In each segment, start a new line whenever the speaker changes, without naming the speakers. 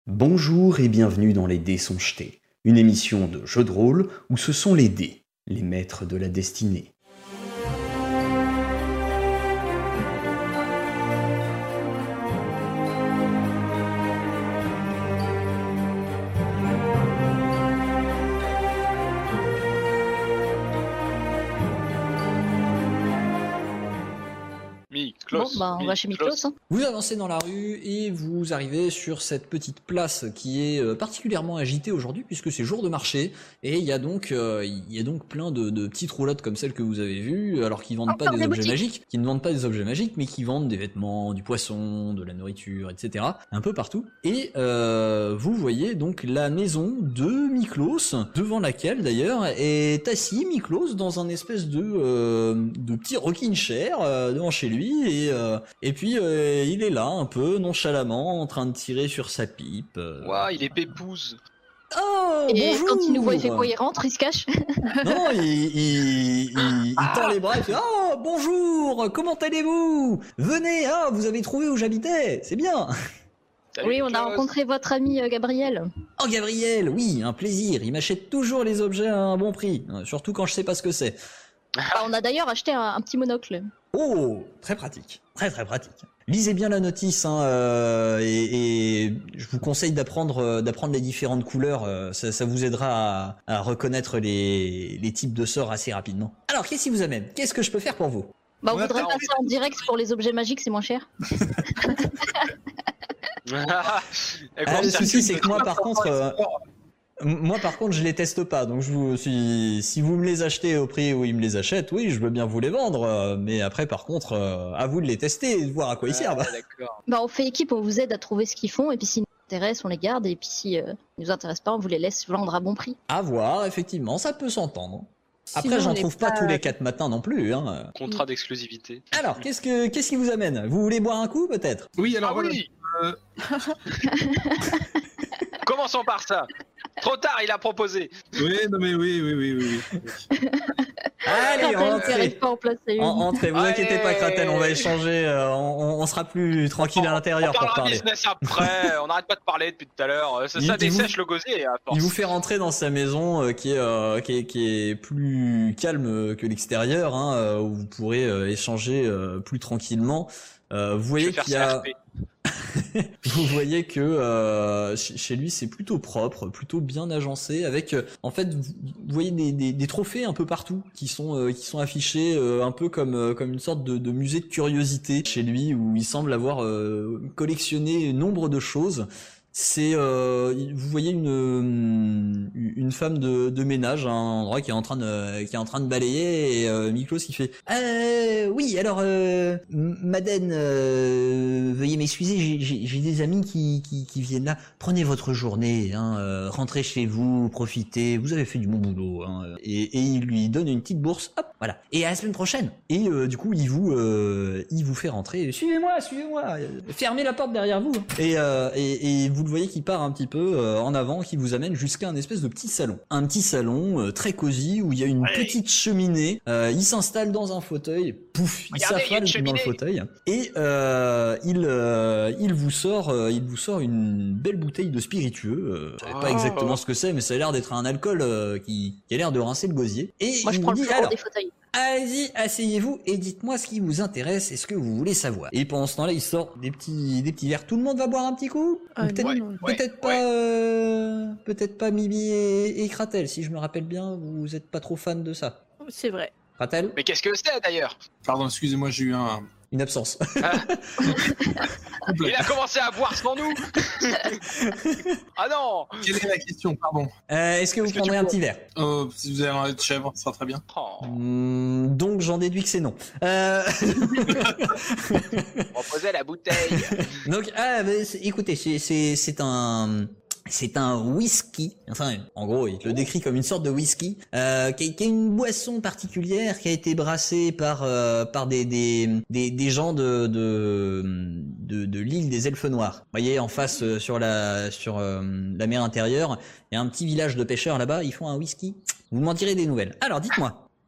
Bonjour et bienvenue dans Les Dés sont jetés, une émission de jeu de rôle où ce sont les dés, les maîtres de la destinée.
On va chez Miklos. Hein.
Vous avancez dans la rue et vous arrivez sur cette petite place qui est particulièrement agitée aujourd'hui puisque c'est jour de marché et il y a donc plein de petites roulottes comme celles que vous avez vues, alors qu'ils vendent pas des objets magiques, qui ne vendent pas des objets magiques, mais qui vendent des vêtements, du poisson, de la nourriture, etc. un peu partout. Et vous voyez donc la maison de Miklos, devant laquelle d'ailleurs est assis Miklos dans un espèce de petit rocking chair devant chez lui et puis il est là un peu nonchalamment en train de tirer sur sa pipe.
Ouah, il est pépouze.
Oh,
et
bonjour.
Quand il nous voit, il fait quoi? Il rentre, il se cache?
Non, il tend les bras, il fait oh bonjour, comment allez-vous? Venez, vous avez trouvé où j'habitais, c'est bien.
Salut,
oui, on a rencontré votre ami Gabriel.
Oh Gabriel, oui, un plaisir. Il m'achète toujours les objets à un bon prix, surtout quand je sais pas ce que c'est.
On a d'ailleurs acheté un petit monocle.
Oh, très pratique, très pratique. Lisez bien la notice, et je vous conseille d'apprendre les différentes couleurs. Ça vous aidera à reconnaître les types de sorts assez rapidement. Alors, qu'est-ce qui vous amène? Qu'est-ce que je peux faire pour vous?
On voudrait passer en direct pour les objets magiques, c'est moins cher.
Le souci, c'est que moi, par contre, je les teste pas. Donc, si vous me les achetez au prix où ils me les achètent, oui, je veux bien vous les vendre. Mais après, par contre, à vous de les tester et de voir à quoi ils servent.
D'accord.
On fait équipe, on vous aide à trouver ce qu'ils font. Et puis, s'ils nous intéressent, on les garde. Et puis, s'ils ne nous intéressent pas, on vous les laisse vendre à bon prix.
À voir, effectivement, ça peut s'entendre. Après, j'en trouve pas tous les 4 matins non plus.
Contrat d'exclusivité.
Alors, qu'est-ce qui vous amène? Vous voulez boire un coup, peut-être?
Oui, alors
oui. Commençons par ça. Trop tard, il a proposé.
Oui, non mais oui.
Allez, entrez, vous inquiétez pas, Kratel, on va échanger, on sera plus tranquille à l'intérieur pour parler.
On parlera business après, on n'arrête pas de parler depuis tout à l'heure, ça dessèche le gosier à force.
Il vous fait rentrer dans sa maison qui est plus calme que l'extérieur, où vous pourrez échanger plus tranquillement. Vous voyez qu'il y a... Vous voyez que chez lui c'est plutôt propre, plutôt bien agencé, avec en fait vous voyez des trophées un peu partout qui sont affichés un peu comme une sorte de musée de curiosité chez lui, où il semble avoir collectionné nombre de choses. C'est vous voyez une femme de ménage, un endroit qui est en train de balayer, et Miklos qui fait oui, alors madame, veuillez m'excuser, j'ai des amis qui viennent là. Prenez votre journée, rentrez chez vous, profitez, vous avez fait du bon boulot, et il lui donne une petite bourse, hop, voilà, et à la semaine prochaine. Et du coup il vous fait rentrer. Suivez-moi, fermez la porte derrière vous. Et vous le voyez qui part un petit peu en avant, qui vous amène jusqu'à un espèce de petit salon. Un petit salon très cosy, où il y a une petite cheminée. Il s'installe dans un fauteuil, pouf, il s'affale dans le fauteuil, et il vous sort une belle bouteille de spiritueux. Je savais pas exactement ce que c'est, mais ça a l'air d'être un alcool qui a l'air de rincer le gosier. Et
moi, je prends le plus gros des fauteuils.
Allez-y, asseyez-vous et dites-moi ce qui vous intéresse et ce que vous voulez savoir. Et pendant ce temps-là, il sort des petits verres. Tout le monde va boire un petit coup? Peut-être pas Mimi et Kratel, si je me rappelle bien, vous êtes pas trop fan de ça.
C'est vrai.
Kratel?
Mais qu'est-ce que c'est d'ailleurs?
Pardon, excusez-moi, j'ai eu
une absence.
Il a commencé à boire sans nous. Ah non.
Quelle est la question, pardon?
Est-ce que vous prendrez un petit verre?
Si vous avez un lait de chèvre, ça sera très bien.
Donc j'en déduis que c'est non.
Proposez la bouteille.
Donc écoutez, c'est un whisky, enfin en gros il te le décrit comme une sorte de whisky qui est une boisson particulière qui a été brassée par des gens de l'île des Elfes Noirs. Vous voyez, en face sur la mer intérieure, il y a un petit village de pêcheurs là-bas, ils font un whisky. Vous m'en direz des nouvelles. Alors dites-moi,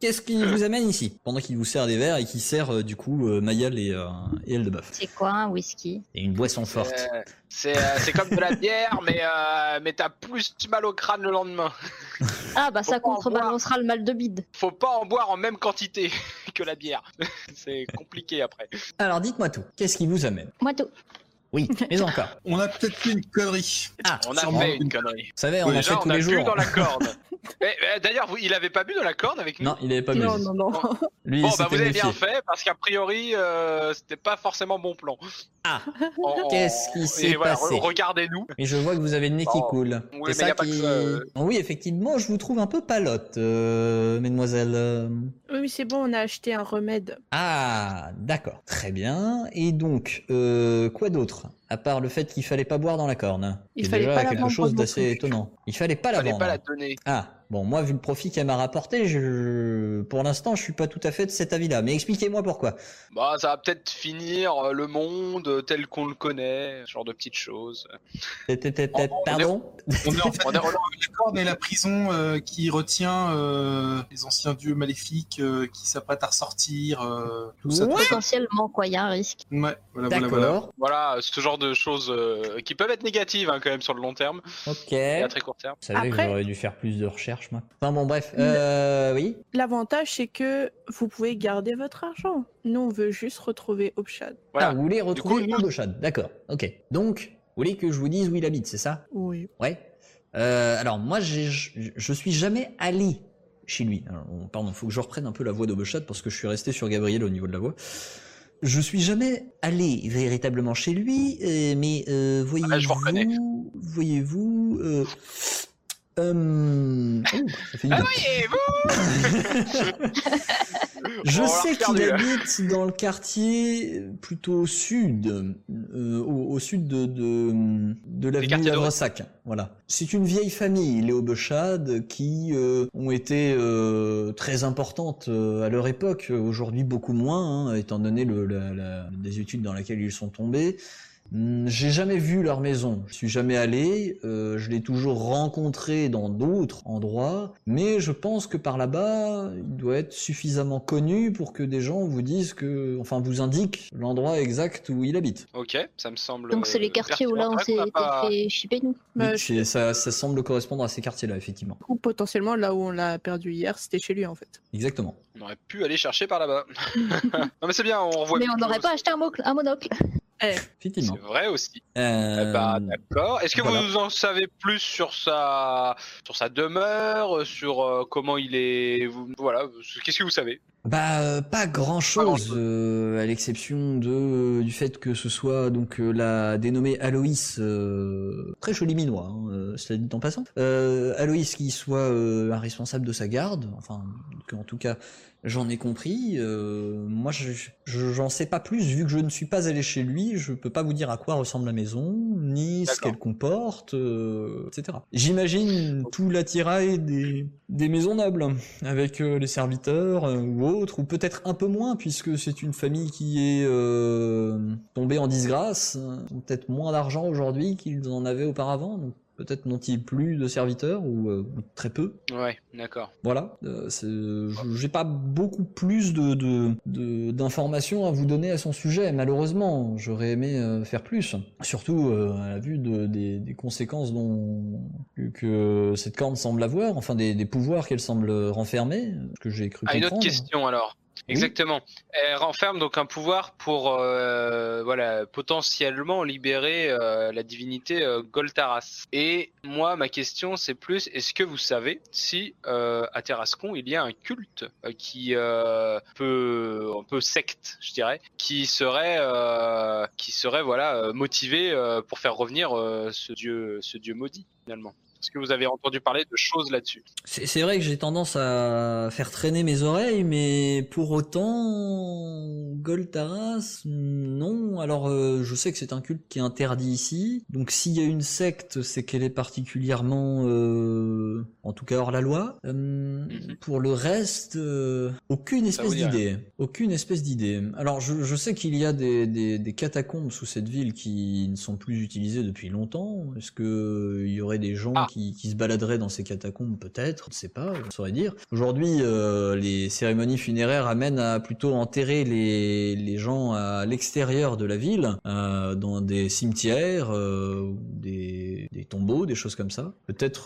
qu'est-ce qui vous amène ici pendant qu'il vous sert des verres et qu'il sert du coup Mayal et Eldebuff?
C'est quoi un whisky?
Et une boisson forte.
C'est comme de la bière, mais t'as plus mal au crâne le lendemain.
Ah bah
Faut
ça
pas en
contrebalancera le mal de bide.
Faut pas en boire en même quantité que la bière. C'est compliqué après.
Alors dites-moi tout, qu'est-ce qui vous amène?
Moi tout.
Oui, mais encore.
On a peut-être fait une connerie.
Ah,
On a
sûrement.
fait une connerie.
vous savez, on en
Déjà,
fait tous
on a
les
bu
jours.
dans la corne. D'ailleurs, il avait pas bu dans la corne avec nous?
Non, il avait pas bu.
Non.
Lui,
Bon,
il
bah
s'était
vous avez bien
méfié.
fait, parce qu'a priori, c'était pas forcément bon plan.
Ah, qu'est-ce qui s'est
Et voilà,
passé?
regardez-nous.
Et je vois que vous avez le nez qui
Oh.
coule.
Oui,
C'est
mais
ça
y a pas
qui...
que ça,
Oui, effectivement, je vous trouve un peu palote, mesdemoiselles.
Oui, c'est bon, on a acheté un remède.
Ah, d'accord. Très bien. Et donc, quoi d'autre? À part le fait qu'il fallait pas boire dans la corne.
Il
C'est
fallait
déjà
pas la
quelque
vendre
chose
non
d'assez
plus.
étonnant. Il fallait pas la
Fallait
vendre.
pas la donner.
Ah, bon, moi, vu le profit qu'elle m'a rapporté, pour l'instant, je suis pas tout à fait de cet avis-là. Mais expliquez-moi pourquoi.
Bah, ça va peut-être finir le monde tel qu'on le connaît, ce genre de petites choses.
Pardon?
On est en fait
On est-
la corde et la prison qui retient les anciens dieux maléfiques qui s'apprêtent à ressortir. Tout ça.
Ouais.
Potentiellement quoi, il y a un risque.
Ouais, voilà.
D'accord.
Voilà, ce genre de choses qui peuvent être négatives quand même sur le long terme
Ok.
et à très court terme.
Vous savez que
Après-
j'aurais dû faire plus de recherches, moi. Enfin bon, bref. Oui.
L'avantage, c'est que vous pouvez garder votre argent. Nous, on veut juste retrouver Obshad.
Voilà.
Ah, vous voulez retrouver
coup,
Obochad. D'accord. Ok. Donc, vous voulez que je vous dise où il habite, c'est ça?
Oui.
Ouais. Alors moi, je suis jamais allé chez lui. Alors, pardon, faut que je reprenne un peu la voix d'Obochad parce que je suis resté sur Gabriel au niveau de la voix. Je suis jamais allé véritablement chez lui, mais
je vous reconnais.
voyez-vous, oh, ça fait du bien.
Voyez-vous
Je
On l'a
sais qu'il
perdu, là.
habite dans le quartier plutôt au sud, au sud de l'avenue
quartiers d'Auray.
Lavresac. Voilà. C'est une vieille famille, les Obechad, qui ont été très importantes à leur époque. Aujourd'hui, beaucoup moins, hein, étant donné des études dans lesquelles ils sont tombés. J'ai jamais vu leur maison, je suis jamais allé, je l'ai toujours rencontré dans d'autres endroits, mais je pense que par là-bas, il doit être suffisamment connu pour que des gens vous disent vous indiquent l'endroit exact où il habite.
Ok, ça me semble.
Donc c'est les quartiers où là on s'est fait chipper nous.
Bah,
Oui, ça semble correspondre à ces quartiers-là, effectivement.
Ou potentiellement, là où on l'a perdu hier, c'était chez lui, en fait.
Exactement.
On aurait pu aller chercher par là-bas. Non mais c'est bien, on revoit.
Mais on
plus
n'aurait
aussi.
pas acheté un monocle.
Effectivement.
C'est vrai aussi. Bah d'accord. Est-ce que
voilà.
vous en savez plus sur sa demeure, sur comment il est, voilà, qu'est-ce que vous savez?
Pas grand-chose, à l'exception du fait que ce soit donc la dénommée Aloïs, très joli minois, cela dit en passant, Aloïs qui soit un responsable de sa garde, enfin, en tout cas, j'en ai compris. Moi, j'en sais pas plus vu que je ne suis pas allé chez lui. Je peux pas vous dire à quoi ressemble la maison, ni ce qu'elle comporte, etc. J'imagine tout l'attirail des maisons nobles, avec les serviteurs ou autres, ou peut-être un peu moins, puisque c'est une famille qui est tombée en disgrâce. Ils ont peut-être moins d'argent aujourd'hui qu'ils en avaient auparavant. Donc peut-être n'ont-ils plus de serviteurs ou très peu.
Ouais, d'accord.
Voilà, j'ai pas beaucoup plus d'informations à vous donner à son sujet, malheureusement. J'aurais aimé faire plus, surtout à la vue des conséquences que cette corne semble avoir, enfin des pouvoirs qu'elle semble renfermer, ce que j'ai cru comprendre.
Une autre question alors. Exactement. Elle renferme donc un pouvoir pour potentiellement libérer la divinité Goltaras. Et moi, ma question, c'est plus, est-ce que vous savez si à Terrascon il y a un culte qui un peu secte, je dirais, qui serait motivé pour faire revenir ce dieu maudit finalement. Est-ce que vous avez entendu parler de choses là-dessus?
C'est vrai que j'ai tendance à faire traîner mes oreilles, mais pour autant, Goltaras, non. Alors, je sais que c'est un culte qui est interdit ici. Donc, s'il y a une secte, c'est qu'elle est particulièrement, en tout cas hors la loi. Pour le reste, aucune espèce d'idée. Aucune espèce d'idée. Alors, je sais qu'il y a des catacombes sous cette ville qui ne sont plus utilisées depuis longtemps. Est-ce que il y aurait des gens qui se baladeraient dans ces catacombes, peut-être, je ne sais pas, je ne saurais dire. Aujourd'hui, les cérémonies funéraires amènent à plutôt enterrer les gens à l'extérieur de la ville, dans des cimetières, des tombeaux, des choses comme ça. Peut-être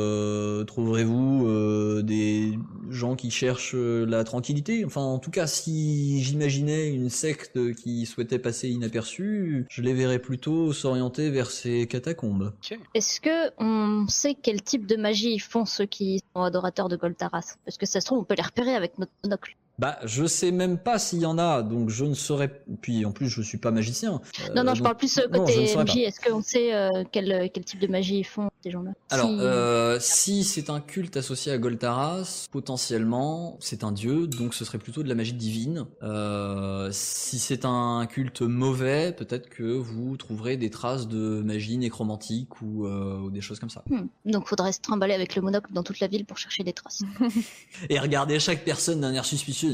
trouverez-vous des gens qui cherchent la tranquillité. Enfin, en tout cas, si j'imaginais une secte qui souhaitait passer inaperçue, je les verrais plutôt s'orienter vers ces catacombes.
Ok.
Est-ce que on sait quel type de magie font ceux qui sont adorateurs de Goltaras? Parce que ça se trouve, on peut les repérer avec notre monocle.
Bah, je sais même pas s'il y en a, donc je ne saurais. Puis en plus, je suis pas magicien.
Non, je
donc-
parle plus
non, je ne
côté
saurais pas.
MJ. Est-ce qu'on sait quel type de magie ils font, ces gens-là?
Alors, si c'est un culte associé à Goltaras, potentiellement, c'est un dieu, donc ce serait plutôt de la magie divine. Si c'est un culte mauvais, peut-être que vous trouverez des traces de magie nécromantique ou des choses comme ça.
Donc, faudrait se trimballer avec le monocle dans toute la ville pour chercher des traces.
Et regardez chaque personne d'un air suspicieux.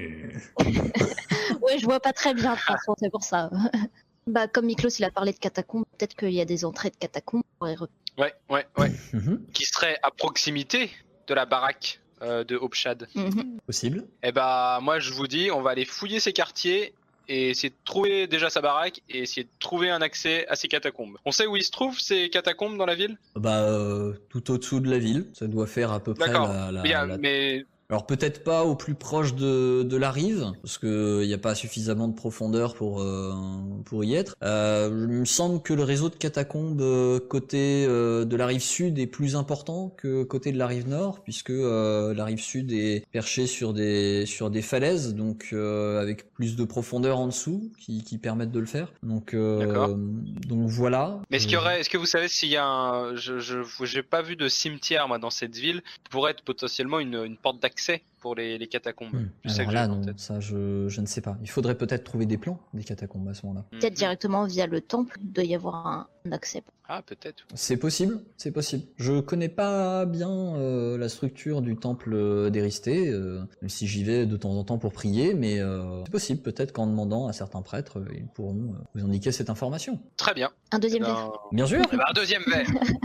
Ouais, je vois pas très bien, de toute façon, c'est pour ça. Bah, comme Miklos, il a parlé de catacombes, peut-être qu'il y a des entrées de catacombes.
Ouais.
Mhm.
Qui serait à proximité de la baraque de Hopshad.
Possible.
Eh bah, moi, je vous dis, on va aller fouiller ces quartiers et essayer de trouver déjà sa baraque et essayer de trouver un accès à ces catacombes. On sait où ils se trouvent, ces catacombes, dans la ville?
Bah, tout au-dessous de la ville. Ça doit faire à peu près
D'accord.
la...
Mais
Alors peut-être pas au plus proche de la rive, parce que il n'y a pas suffisamment de profondeur pour y être. Il me semble que le réseau de catacombes côté de la rive sud est plus important que côté de la rive nord, puisque la rive sud est perchée sur des falaises, donc avec plus de profondeur en dessous, qui permettent de le faire. Donc
D'accord.
donc voilà.
est-ce que vous savez s'il y a un... j'ai pas vu de cimetière, moi, dans cette ville, qui pourrait être potentiellement une porte d'accès pour les catacombes. Je sais
Alors
que
là,
j'ai en
non,
tête.
ça je ne sais pas. Il faudrait peut-être trouver des plans des catacombes à ce moment-là.
Peut-être directement via le temple, il doit y avoir un accès.
Ah, peut-être.
C'est possible, c'est possible. Je connais pas bien la structure du temple d'Éristée, même si j'y vais de temps en temps pour prier, mais c'est possible, peut-être qu'en demandant à certains prêtres, ils pourront vous indiquer cette information.
Très bien.
Un deuxième verre.
Bien sûr.
Eh ben, un deuxième verre.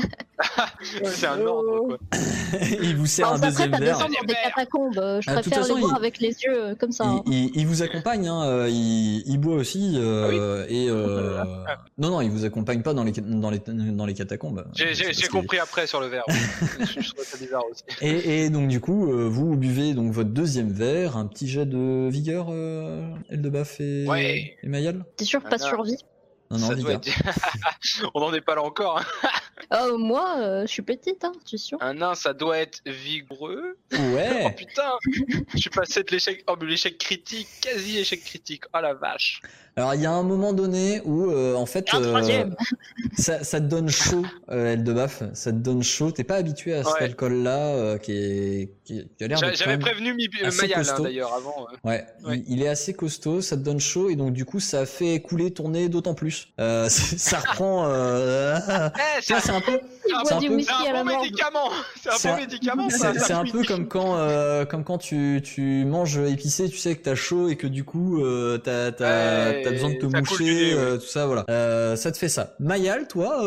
C'est un ordre, quoi.
Il vous sert
On
un deuxième
s'apprête à
verre.
descendre dans des catacombes. Je
Ah, de toute
préfère
façon,
les voir
il-
avec les yeux comme ça. hein.
Il vous accompagne, hein, il boit aussi, et non, il vous accompagne pas dans les catacombes.
J'ai compris après sur le verre. Je trouve ça bizarre aussi.
Et donc du coup, vous buvez donc votre deuxième verre, un petit jet de vigueur, Eldebaf et Mayal.
T'es sûr, pas
Ah,
survie?
Non,
Ça doit
vigueur.
être- On n'en est pas là encore. Hein.
Moi, je suis petite, hein, je suis sûr.
Un nain, ça doit être vigoureux. Oh
Ouais.
putain, je suis passé de l'échec, mais l'échec critique, quasi échec critique. Oh la vache.
Alors il y a un moment donné où en fait
Un troisième.
ça te donne chaud, Eldebaf, ça te donne chaud. T'es pas habitué à cet
Ouais.
alcool-là qui a l'air d'être
J'avais
quand même
prévenu
assez
Mayal
costaud.
d'ailleurs avant.
Ouais,
Ouais.
il est assez costaud, ça te donne chaud et donc du coup ça fait couler ton nez d'autant plus. Ça reprend. Tu vois, c'est un peu.
Il boit
c'est un
du
peu-
whisky
C'est
à la
un bon
mort.
médicament. C'est un
C'est
bon
un-
médicament. Ça.
C'est un peu comme quand tu manges épicé, tu sais que t'as chaud et que du coup t'as besoin de te
ça coule du
moucher,
nez, ouais.
tout ça, voilà. Ça te fait ça. Mayal, toi,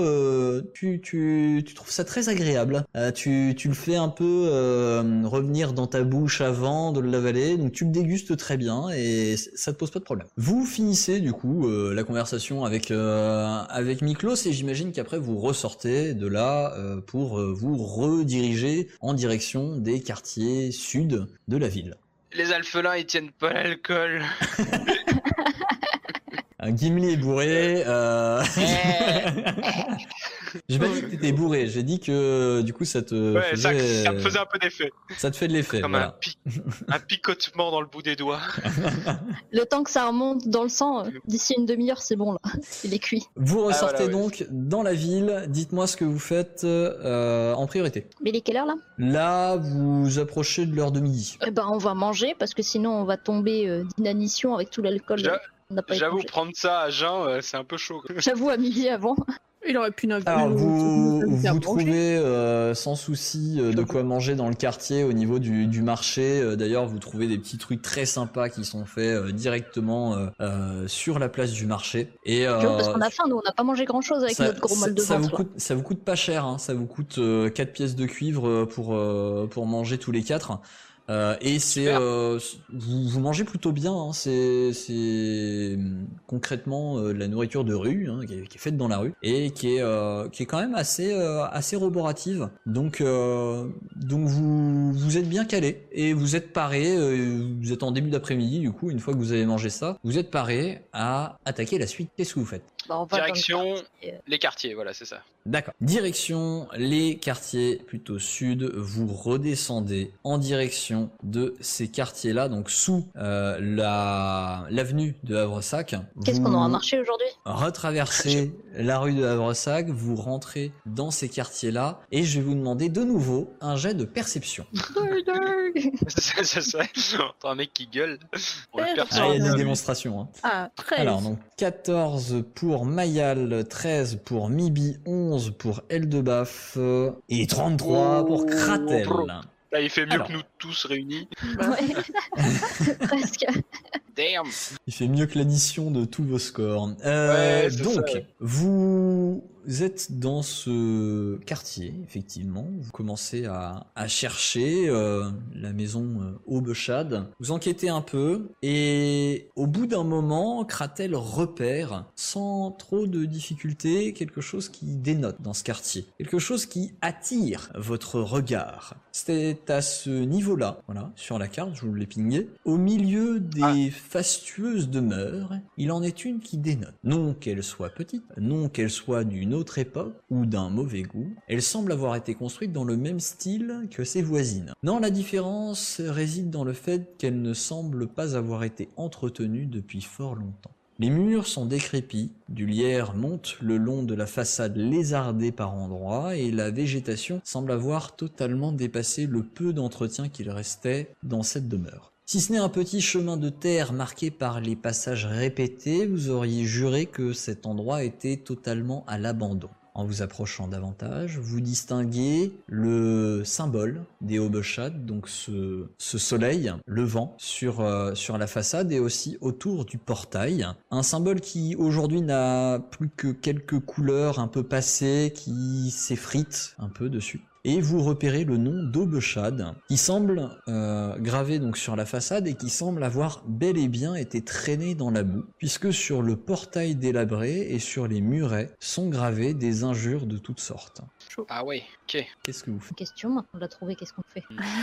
tu trouves ça très agréable. Tu le fais un peu revenir dans ta bouche avant de l'avaler, donc tu le dégustes très bien et ça te pose pas de problème. Vous finissez du coup la conversation avec Miklos et j'imagine qu'après vous ressortez de là pour vous rediriger en direction des quartiers sud de la ville.
Les alphelins, ils tiennent pas l'alcool.
Gimli est bourré. J'ai pas dit que t'étais bourré, j'ai dit que du coup ça te
Ouais, ça
faisait,
me faisait un peu d'effet.
ça te fait de l'effet.
Comme
Voilà.
un picotement dans le bout des doigts.
Le temps que ça remonte dans le sang, d'ici une demi-heure, c'est bon là. Il est cuit.
Vous ressortez
voilà, ouais.
donc dans la ville. Dites-moi ce que vous faites en priorité.
Mais il est quelle heure là?
Là, vous approchez de l'heure de midi.
Eh ben, on va manger parce que sinon on va tomber d'inanition avec tout l'alcool.
J'a-
On n'a pas
J'avoue,
épongé.
prendre ça à jeun, c'est un peu chaud.
J'avoue, à midi avant.
Il aurait pu naviguer.
Alors vous trouvez sans souci de quoi manger dans le quartier au niveau du marché. D'ailleurs vous trouvez des petits trucs très sympas qui sont faits directement sur la place du marché. Et
parce qu'on a faim, nous on n'a pas mangé grand chose avec notre gros mal de ventre.
Ça vous coûte pas cher, hein. Ça vous coûte 4 pièces de cuivre pour manger tous les 4. Et c'est vous mangez plutôt bien, hein. C'est concrètement la nourriture de rue, hein, qui est faite dans la rue et qui est quand même assez roborative. Donc vous êtes bien calé et vous êtes paré. Vous êtes en début d'après-midi, du coup, une fois que vous avez mangé ça, vous êtes paré à attaquer la suite. Qu'est-ce que vous faites?
Direction les quartiers, voilà, c'est ça.
D'accord. Direction les quartiers plutôt sud. Vous redescendez en direction de ces quartiers-là, donc sous l'avenue de Havresac.
Qu'est-ce qu'on aura marché aujourd'hui?
Retraversez la rue de Havresac, vous rentrez dans ces quartiers-là, et je vais vous demander de nouveau un jet de perception.
Ça serait un mec qui gueule. On le perçoit.
Ah, il y a des démonstrations. Hein.
Ah, 13.
Alors, donc 14 pour Mayal, 13 pour Mibi, 11 pour Eldebaf et 33 pour Kratel.
Là, il fait mieux que nous tous réunis.
Ouais. Presque.
Damn.
Il fait mieux que l'addition de tous vos scores. Donc,
ça, ouais.
Vous êtes dans ce quartier, effectivement. Vous commencez à chercher la maison Aubechade. Vous enquêtez un peu et au bout d'un moment, Kratel repère, sans trop de difficulté, quelque chose qui dénote dans ce quartier. Quelque chose qui attire votre regard. C'est à ce niveau-là, voilà, sur la carte, je vous l'ai pingé. Au milieu des fastueuses demeures, il en est une qui dénote. Non qu'elle soit petite, non qu'elle soit d'une autre époque ou d'un mauvais goût, elle semble avoir été construite dans le même style que ses voisines. Non, la différence réside dans le fait qu'elle ne semble pas avoir été entretenue depuis fort longtemps. Les murs sont décrépits, du lierre monte le long de la façade lézardée par endroits et la végétation semble avoir totalement dépassé le peu d'entretien qu'il restait dans cette demeure. Si ce n'est un petit chemin de terre marqué par les passages répétés, vous auriez juré que cet endroit était totalement à l'abandon. En vous approchant davantage, vous distinguez le symbole des Aubechade, donc ce soleil levant sur la façade et aussi autour du portail. Un symbole qui aujourd'hui n'a plus que quelques couleurs un peu passées qui s'effritent un peu dessus. Et vous repérez le nom d'Aubechade, qui semble gravé donc sur la façade et qui semble avoir bel et bien été traîné dans la boue, puisque sur le portail délabré et sur les murets sont gravées des injures de toutes sortes.
Ah ouais, ok.
Qu'est-ce que vous faites?
Question, maintenant on l'a trouvé, qu'est-ce qu'on fait?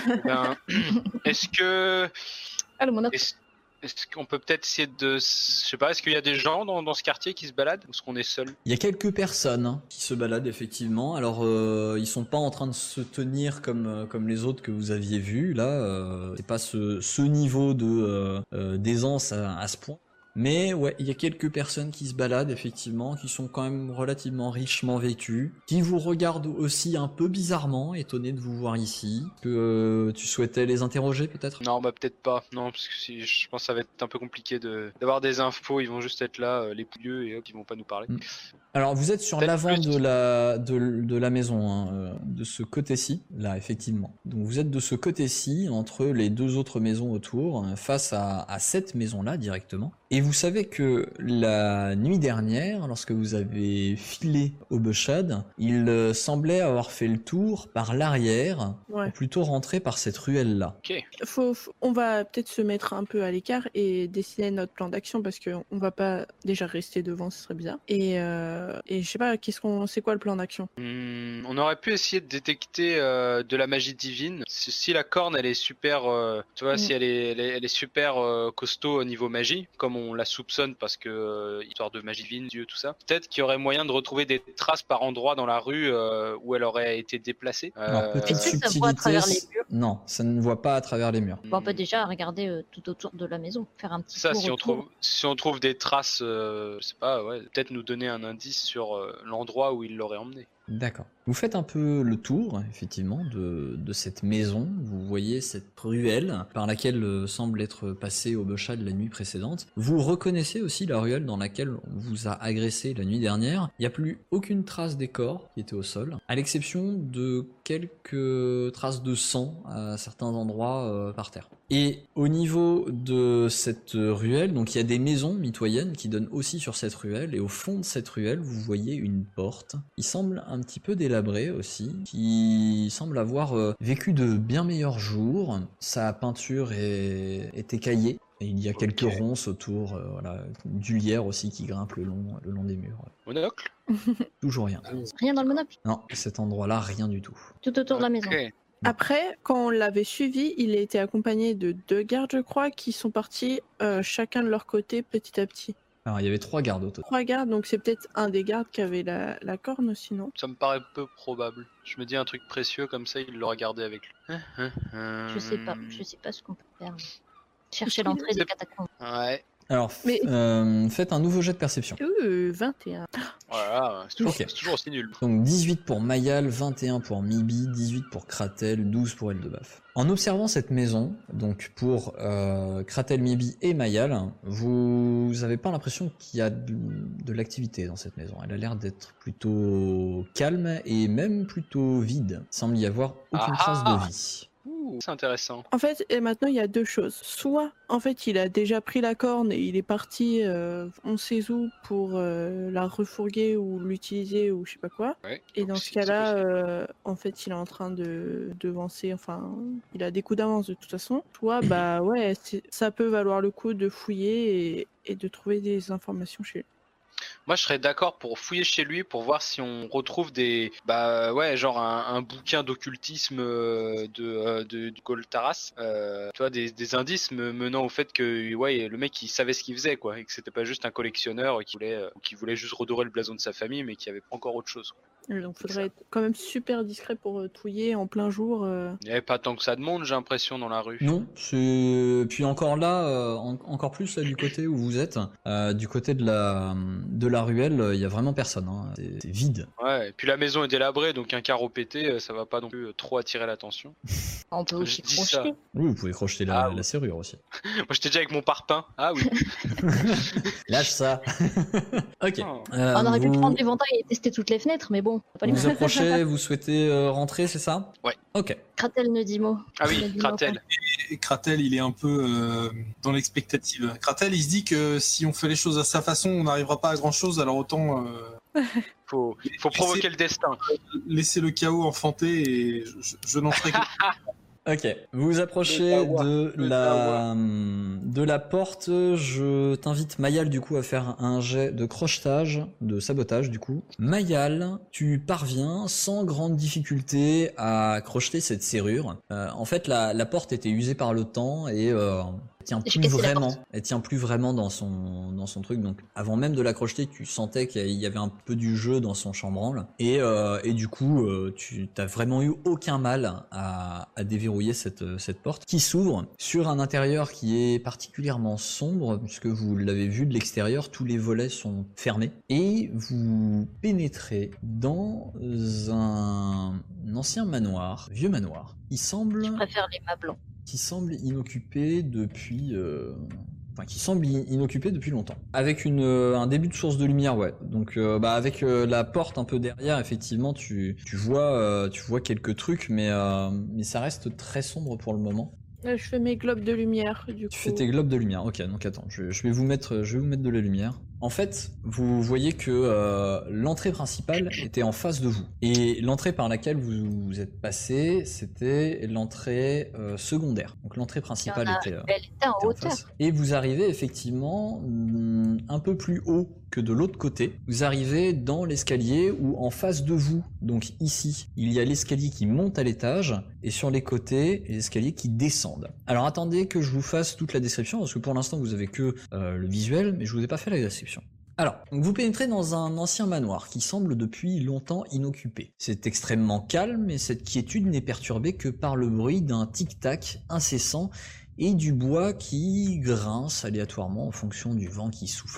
Est-ce que...
Ah, le monocle.
Est-ce qu'on peut peut-être essayer de... Je sais pas, est-ce qu'il y a des gens dans ce quartier qui se baladent ou est-ce qu'on est seul?
Il y a quelques personnes qui se baladent effectivement. Alors ils sont pas en train de se tenir comme les autres que vous aviez vus. Là, c'est pas ce niveau de d'aisance à ce point. Mais ouais, il y a quelques personnes qui se baladent effectivement, qui sont quand même relativement richement vêtues, qui vous regardent aussi un peu bizarrement, étonnés de vous voir ici. Que tu souhaitais les interroger peut-être?
Non, bah peut-être pas. Non, parce que je pense que ça va être un peu compliqué d'avoir des infos. Ils vont juste être là, les pouilleux, et hop, ils vont pas nous parler.
Alors vous êtes sur l'avant de la maison, hein, de ce côté-ci, là effectivement. Donc vous êtes de ce côté-ci, entre les deux autres maisons autour, face à cette maison-là directement. Et vous savez que la nuit dernière, lorsque vous avez filé Aubechade, il semblait avoir fait le tour par l'arrière,
Ouais.
ou plutôt rentrer par cette ruelle-là.
Ok.
On va peut-être se mettre un peu à l'écart et dessiner notre plan d'action parce qu'on va pas déjà rester devant, ce serait bizarre. Et je sais pas, c'est quoi le plan d'action?
On aurait pu essayer de détecter de la magie divine. Si la corne elle est super, tu vois, si elle est super costaud au niveau magie, comme on la soupçonne parce que histoire de magie divine, Dieu, tout ça. Peut-être qu'il y aurait moyen de retrouver des traces par endroits dans la rue où elle aurait été déplacée.
Alors, petite
Est-ce que ça voit à travers les murs?
Non, ça ne voit pas à travers les murs.
Bon, on peut déjà regarder tout autour de la maison, faire un petit
Ça,
tour
si on trouve des traces, je sais pas, ouais, peut-être nous donner un indice sur l'endroit où il l'aurait emmené.
D'accord. Vous faites un peu le tour, effectivement, de cette maison. Vous voyez cette ruelle par laquelle semble être passé Obochad la nuit précédente. Vous reconnaissez aussi la ruelle dans laquelle on vous a agressé la nuit dernière. Il n'y a plus aucune trace des corps qui étaient au sol, à l'exception de quelques traces de sang à certains endroits par terre. Et au niveau de cette ruelle, donc il y a des maisons mitoyennes qui donnent aussi sur cette ruelle, et au fond de cette ruelle, vous voyez une porte qui semble un petit peu délabrée aussi, qui semble avoir vécu de bien meilleurs jours. Sa peinture est écaillée, et il y a quelques ronces autour, du lierre aussi qui grimpe le long des murs.
Monocle?
Toujours rien.
Rien dans le monocle?
Non, cet endroit-là, rien du tout.
Tout autour de la maison.
Après, quand on l'avait suivi, il a été accompagné de 2 gardes, je crois, qui sont partis chacun de leur côté petit à petit.
Alors, il y avait 3 gardes au total.
3 gardes, donc c'est peut-être un des gardes qui avait la corne aussi, non?
Ça me paraît peu probable. Je me dis un truc précieux comme ça, il l'aurait gardé avec lui.
Je sais pas ce qu'on peut faire. Chercher l'entrée des catacombes.
Ouais.
Alors, faites un nouveau jet de perception.
21.
Voilà, c'est toujours aussi nul.
Donc 18 pour Mayal, 21 pour Mibi, 18 pour Kratel, 12 pour Eldebaf. En observant cette maison, donc pour Kratel, Mibi et Mayal, vous avez pas l'impression qu'il y a de l'activité dans cette maison. Elle a l'air d'être plutôt calme et même plutôt vide. Il semble y avoir aucune trace de vie.
C'est intéressant.
En fait, et maintenant il y a 2 choses. Soit, en fait, il a déjà pris la corne et il est parti, on sait où, pour la refourguer ou l'utiliser ou je sais pas quoi.
Ouais,
et dans ce cas-là, en fait, il est en train de devancer, enfin, il a des coups d'avance de toute façon. Soit, bah ouais, ça peut valoir le coup de fouiller et de trouver des informations chez lui.
Moi, je serais d'accord pour fouiller chez lui pour voir si on retrouve genre un bouquin d'occultisme de Goltaras. Tu vois, des indices menant au fait que le mec il savait ce qu'il faisait, quoi, et que c'était pas juste un collectionneur qui voulait juste redorer le blason de sa famille, mais qui avait pas encore autre chose, quoi.
Donc faudrait être quand même super discret pour touiller en plein jour.
Il n'y avait pas tant que ça de monde, j'ai l'impression, dans la rue.
Non, puis encore là, encore plus là du côté où vous êtes, du côté de la ruelle, il y a vraiment personne, hein. C'est vide.
Ouais, et puis la maison est délabrée, donc un carreau pété, ça va pas non plus trop attirer l'attention.
On peut aussi
Je dis ça.
crocheter.
Oui, vous pouvez crocheter la serrure aussi.
Moi, j'étais déjà avec mon parpaing. Ah oui.
Lâche ça. Ok.
On aurait pu prendre l'éventail et tester toutes les fenêtres, mais bon. Pas les
Vous approchez, vous souhaitez rentrer, c'est ça?
Ouais.
Ok.
Kratel ne dit mot.
Ah oui, Kratel.
Et Kratel, il est un peu dans l'expectative. Kratel, il se dit que si on fait les choses à sa façon, on n'arrivera pas à grand chose, alors autant
Faut provoquer le destin.
laisser le chaos enfanter et je n'en ferai que...
Ok, vous vous approchez de la porte. Je t'invite, Mayal, du coup, à faire un jet de crochetage, de sabotage, du coup. Mayal, tu parviens sans grande difficulté à crocheter cette serrure. En fait, la porte était usée par le temps et elle tient plus vraiment dans son truc. Donc, avant même de la crocheter, tu sentais qu'il y avait un peu du jeu dans son chambranle. Et du coup, tu t'as vraiment eu aucun mal à déverrouiller cette porte qui s'ouvre sur un intérieur qui est particulièrement sombre puisque vous l'avez vu de l'extérieur, tous les volets sont fermés et vous pénétrez dans un ancien manoir, vieux manoir, qui semble...
Je préfère les mâts blancs.
Qui semble inoccupé depuis... inoccupé depuis longtemps. Avec un début de source de lumière, ouais. Donc, avec la porte un peu derrière, effectivement, tu vois quelques trucs, mais ça reste très sombre pour le moment.
Je fais mes globes de lumière, du coup.
Tu fais tes globes de lumière. Ok, donc attends, je vais vous mettre de la lumière. En fait, vous voyez que l'entrée principale était en face de vous. Et l'entrée par laquelle vous êtes passé, c'était l'entrée secondaire. Donc l'entrée principale était
en hauteur.
face. Et vous arrivez effectivement un peu plus haut que de l'autre côté. Vous arrivez dans l'escalier où en face de vous, donc ici, il y a l'escalier qui monte à l'étage et sur les côtés, les escaliers qui descendent. Alors attendez que je vous fasse toute la description parce que pour l'instant vous avez que le visuel, mais je vous ai pas fait la description. Alors, vous pénétrez dans un ancien manoir qui semble depuis longtemps inoccupé. C'est extrêmement calme et cette quiétude n'est perturbée que par le bruit d'un tic-tac incessant et du bois qui grince aléatoirement en fonction du vent qui souffle.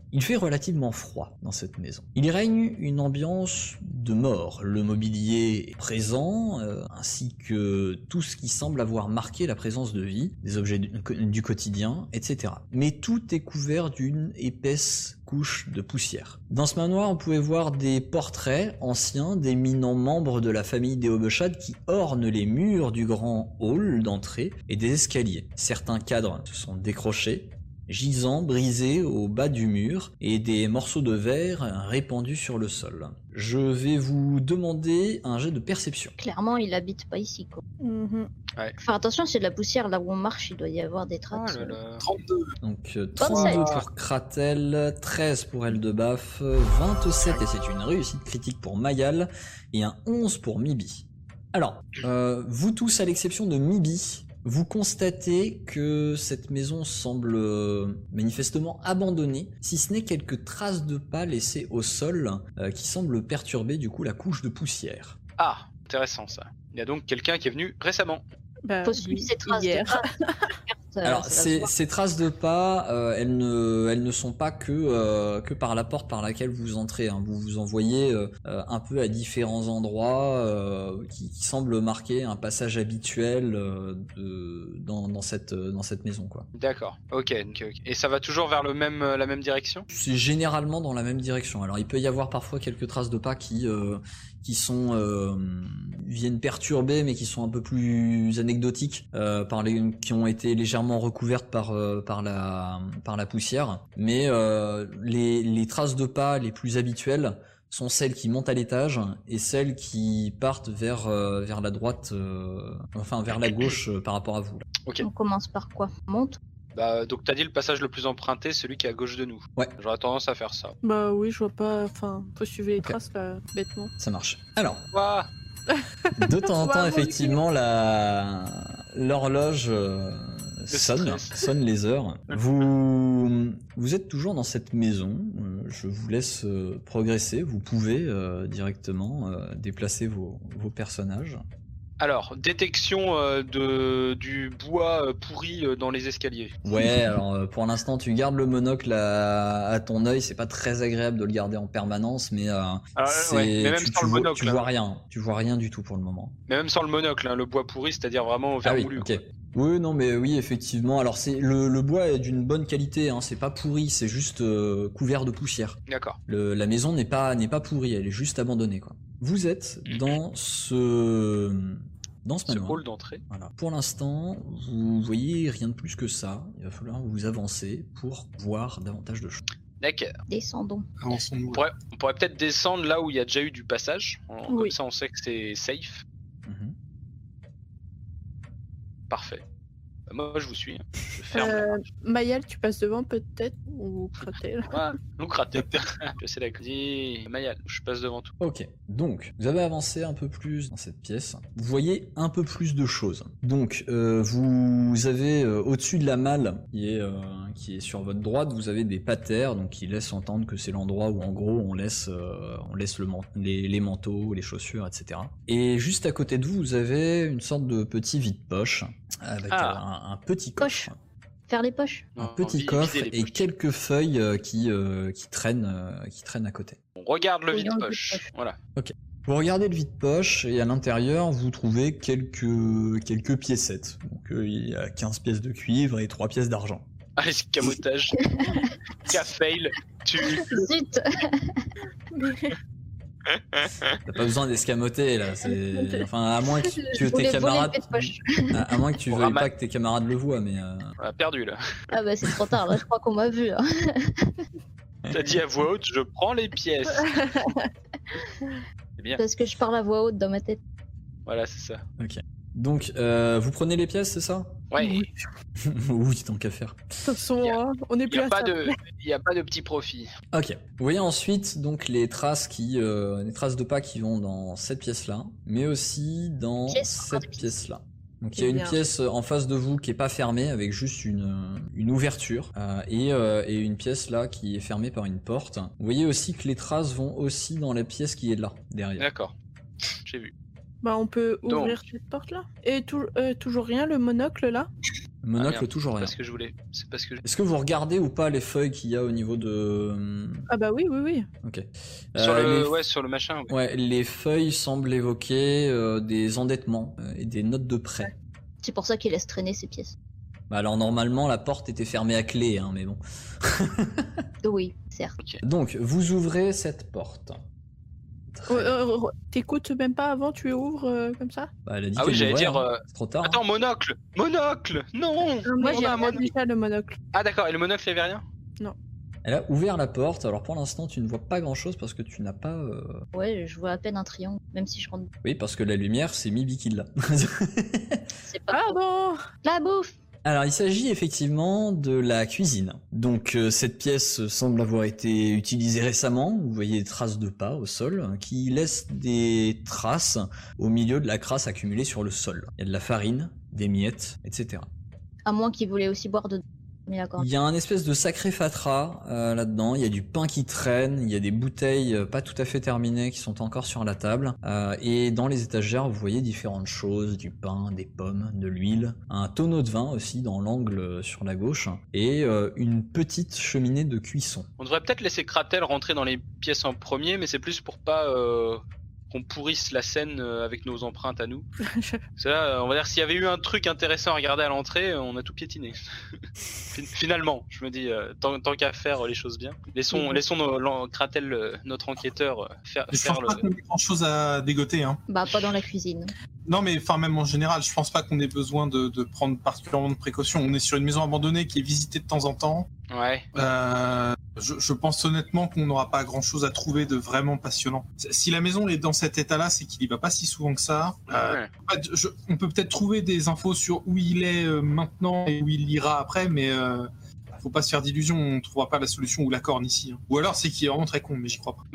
Il fait relativement froid dans cette maison. Il y règne une ambiance de mort. Le mobilier est présent, ainsi que tout ce qui semble avoir marqué la présence de vie, des objets du quotidien, etc. Mais tout est couvert d'une épaisse couche de poussière. Dans ce manoir, on pouvait voir des portraits anciens d'éminents membres de la famille des Obeshad qui ornent les murs du grand hall d'entrée et des escaliers. Certains cadres se sont décrochés, gisant, brisés au bas du mur, et des morceaux de verre répandus sur le sol. Je vais vous demander un jet de perception.
Clairement, il habite pas ici, quoi.
Ouais.
Faire attention, c'est de la poussière là où on marche, il doit y avoir des traces.
32.
Donc 32 pour Kratel, 13 pour Eldebaf, 27 et c'est une réussite critique pour Mayal, et un 11 pour Mibi. Alors, vous tous à l'exception de Mibi, vous constatez que cette maison semble manifestement abandonnée, si ce n'est quelques traces de pas laissées au sol qui semblent perturber du coup la couche de poussière.
Ah, intéressant ça. Il y a donc quelqu'un qui est venu récemment.
Faut suivre ces traces de pas.
Alors ces traces de pas, elles ne sont pas que par la porte par laquelle vous entrez. Hein. Vous vous en voyez un peu à différents endroits qui semblent marquer un passage habituel dans cette maison, quoi.
D'accord. Ok. Et ça va toujours vers la même direction?
C'est généralement dans la même direction. Alors il peut y avoir parfois quelques traces de pas qui viennent perturber, mais qui sont un peu plus anecdotiques, qui ont été légèrement recouvertes par la poussière. Mais les traces de pas les plus habituelles sont celles qui montent à l'étage et celles qui partent vers la droite, vers la gauche par rapport à vous. Là.
Ok.
On commence par quoi? On monte?
Bah, donc t'as dit le passage le plus emprunté, celui qui est à gauche de nous.
Ouais.
J'aurais tendance à faire ça.
Bah oui, je vois pas. Enfin, faut suivre les traces là, bêtement.
Ça marche. Alors,
Ouah.
de temps en temps,
Ouais,
effectivement, l'horloge sonne les heures. Vous êtes toujours dans cette maison. Je vous laisse progresser. Vous pouvez directement déplacer vos personnages.
Alors, détection du bois pourri dans les escaliers.
Ouais, alors pour l'instant tu gardes le monocle à ton œil, c'est pas très agréable de le garder en permanence, mais
mais même sans le monocle,
tu vois rien du tout pour le moment.
Mais même sans le monocle, hein, le bois pourri, c'est-à-dire vraiment vermoulu.
Ok. Oui, non, mais oui, effectivement. Alors c'est le bois est d'une bonne qualité, hein, c'est pas pourri, c'est juste couvert de poussière.
D'accord.
La maison n'est pas pourrie, elle est juste abandonnée, quoi. Vous êtes dans ce manoir.
Hall d'entrée.
Voilà. Pour l'instant, vous voyez rien de plus que ça. Il va falloir vous avancer pour voir davantage de choses.
D'accord.
Descendons.
Avançons-nous.
On pourrait peut-être descendre là où il y a déjà eu du passage. Comme
Oui.
ça, on sait que c'est safe. Parfait. Moi, je vous suis. Je ferme.
Mayal, tu passes devant peut-être ou Kratel?
Ouais, nous gratter. Je sais d'accord. Dis, Mayal, je passe devant tout.
Ok, donc vous avez avancé un peu plus dans cette pièce. Vous voyez un peu plus de choses. Donc vous avez au-dessus de la malle qui est sur votre droite, vous avez des patères, donc qui laissent entendre que c'est l'endroit où en gros on laisse les manteaux, les chaussures, etc. Et juste à côté de vous, vous avez une sorte de petit vide-poche avec un petit coffre.
Poche. Faire les poches.
Un petit coffre et quelques feuilles qui traînent à côté.
On regarde le
Oui, dans le
vide-poche.
vide-poche.
Voilà.
Vous regardez le vide-poche et à l'intérieur vous trouvez quelques piécettes. Donc il y a 15 pièces de cuivre et 3 pièces d'argent.
Ah, escamotage. Fail.
Zut.
T'as pas besoin d'escamoter là, enfin à moins que
Je
tes
voulais
camarades,
voler mes poches.
à moins que tu veuilles pas que tes camarades le voient, mais
On a perdu là.
Ah bah c'est trop tard, là je crois qu'on m'a vu. Là.
T'as dit à voix haute, je prends les pièces. C'est bien.
Parce que je parle à voix haute dans ma tête.
Voilà, c'est ça.
ok. Donc vous prenez les pièces, c'est ça?
Ouais.
Oui, tant qu'à faire.
De toute façon,
Y a-
hein, on est
Il
plus
n'y
à
a, pas
ça.
de petit profit.
Ok. Vous voyez ensuite donc les traces de pas qui vont dans cette pièce-là, mais aussi dans cette pièce-là. Donc il y a
Eh
une
bien.
pièce en face de vous qui est pas fermée avec juste une ouverture et une pièce là qui est fermée par une porte. Vous voyez aussi que les traces vont aussi dans la pièce qui est là derrière.
D'accord. J'ai vu.
Bah on peut
Donc.
ouvrir cette porte là. Et toujours rien, le monocle là?
Monocle,
merde,
toujours
C'est
rien.
pas ce que je voulais. C'est pas ce que je...
Est-ce que vous regardez ou pas les feuilles qu'il y a au niveau de...
Ah bah oui.
Ok.
Sur
Les-
le, ouais, sur le machin. Ouais.
Ouais, les feuilles semblent évoquer des endettements et des notes de prêt.
C'est pour ça qu'il laisse traîner ses pièces.
Bah alors normalement la porte était fermée à clé, hein, mais bon.
Oui, certes.
Donc vous ouvrez cette porte. Très bien.
T'écoutes même pas avant, tu ouvres comme ça?
Bah, elle a dit
Ah oui,
qu'elle
j'allais
ouvrait,
dire,
hein. C'est trop tard.
Attends, monocle. Non.
Moi
On
j'ai
a un
regardé
monocle.
déjà le monocle.
Ah d'accord. Et le monocle, il y avait rien.
Elle a ouvert la porte. Alors pour l'instant tu ne vois pas grand chose parce que tu n'as pas...
Ouais, je vois à peine un triangle, même si je rentre.
Oui, parce que la lumière c'est Mibi qui l'a.
C'est pas faux.
Pardon.
La bouffe.
Alors il s'agit effectivement de la cuisine. Donc cette pièce semble avoir été utilisée récemment. Vous voyez des traces de pas au sol qui laissent des traces au milieu de la crasse accumulée sur le sol. Il y a de la farine, des miettes, etc.
À moins qu'il voulait aussi boire dedans. Mais d'accord.
Il y a un espèce de sacré fatras là-dedans. Il y a du pain qui traîne, il y a des bouteilles pas tout à fait terminées qui sont encore sur la table. Et dans les étagères, vous voyez différentes choses, du pain, des pommes, de l'huile, un tonneau de vin aussi dans l'angle sur la gauche, et une petite cheminée de cuisson.
On devrait peut-être laisser Kratel rentrer dans les pièces en premier, mais c'est plus pour pas qu'on pourrisse la scène avec nos empreintes à nous. C'est là, on va dire, s'il y avait eu un truc intéressant à regarder à l'entrée, on a tout piétiné. Finalement, je me dis, tant qu'à faire les choses bien. Laissons Kratel, notre enquêteur, faire
Je pense
le...
pas qu'on ait grand chose à dégoter. Hein.
Bah, pas dans la cuisine.
Non, mais enfin, même en général, je pense pas qu'on ait besoin de prendre particulièrement de précautions. On est sur une maison abandonnée qui est visitée de temps en temps.
Ouais.
Je pense honnêtement qu'on n'aura pas grand chose à trouver de vraiment passionnant. Si la maison est dans cet état-là, c'est qu'il y va pas si souvent que ça.
Ouais.
On peut peut-être trouver des infos sur où il est maintenant et où il ira après, mais faut pas se faire d'illusions, on trouvera pas la solution ou la corne ici. Hein. Ou alors c'est qu'il est vraiment très con, mais j'y crois pas.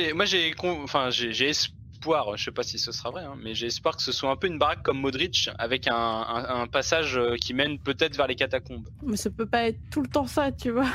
J'ai espoir, je sais pas si ce sera vrai, hein, mais j'ai espoir que ce soit un peu une baraque comme Modric, avec un passage qui mène peut-être vers les catacombes.
Mais ça peut pas être tout le temps ça, tu vois.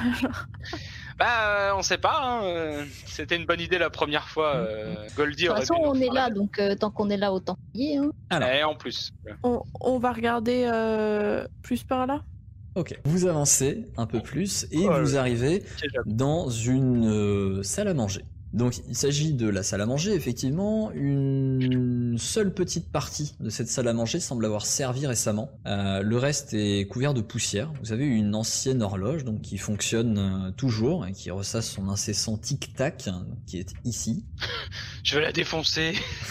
Bah, on sait pas, hein, c'était une bonne idée la première fois. Goldie
De toute
aurait
façon,
pu nous
on est
faire
là,
la-
donc tant qu'on est là, autant payer. Hein.
Alors.
Et en plus.
On va regarder plus par là.
Ok. Vous avancez un peu plus et
Oh,
vous arrivez
Ok, j'avoue.
dans une salle à manger. Donc il s'agit de la salle à manger, effectivement. Une seule petite partie de cette salle à manger semble avoir servi récemment. Le reste est couvert de poussière. Vous avez une ancienne horloge donc qui fonctionne toujours et qui ressasse son incessant tic-tac qui est ici.
Je vais la défoncer.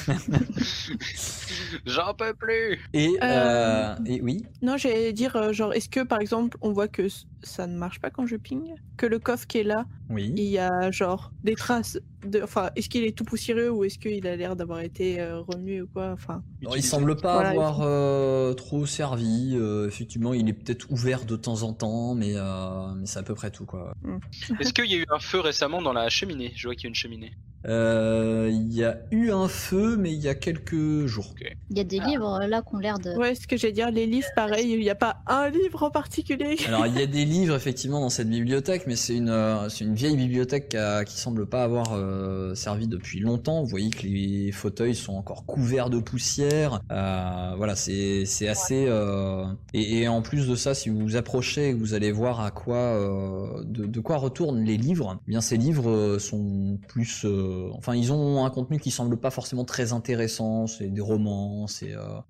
J'en peux plus.
Et oui,
Non, j'allais dire, genre, est-ce que par exemple, on voit que ça ne marche pas quand je ping? Que le coffre qui est là,
oui.
il y a genre des traces de. Enfin, est-ce qu'il est tout poussiéreux ou est-ce qu'il a l'air d'avoir été remué ou quoi? Enfin.
Alors, il semble pas
Voilà,
avoir trop servi. Effectivement, il est peut-être ouvert de temps en temps, mais c'est à peu près tout, quoi.
Est-ce qu'il y a eu un feu récemment dans la cheminée? Je vois qu'il y a une cheminée.
Il y a eu un feu, mais il y a quelques jours.
Il y a des livres là qui ont l'air de.
Ouais, ce que j'ai dire, les livres, pareil, il n'y a pas un livre en particulier.
Alors, il y a des livres, effectivement, dans cette bibliothèque, mais c'est une vieille bibliothèque qui semble pas avoir servi depuis longtemps. Vous voyez que les fauteuils sont encore couverts de poussière. Voilà, c'est assez... Et en plus de ça, si vous vous approchez et que vous allez voir à quoi de quoi retournent les livres, eh bien ces livres sont plus... enfin, ils ont un contenu qui semble pas forcément très intéressant. C'est des romans, c'est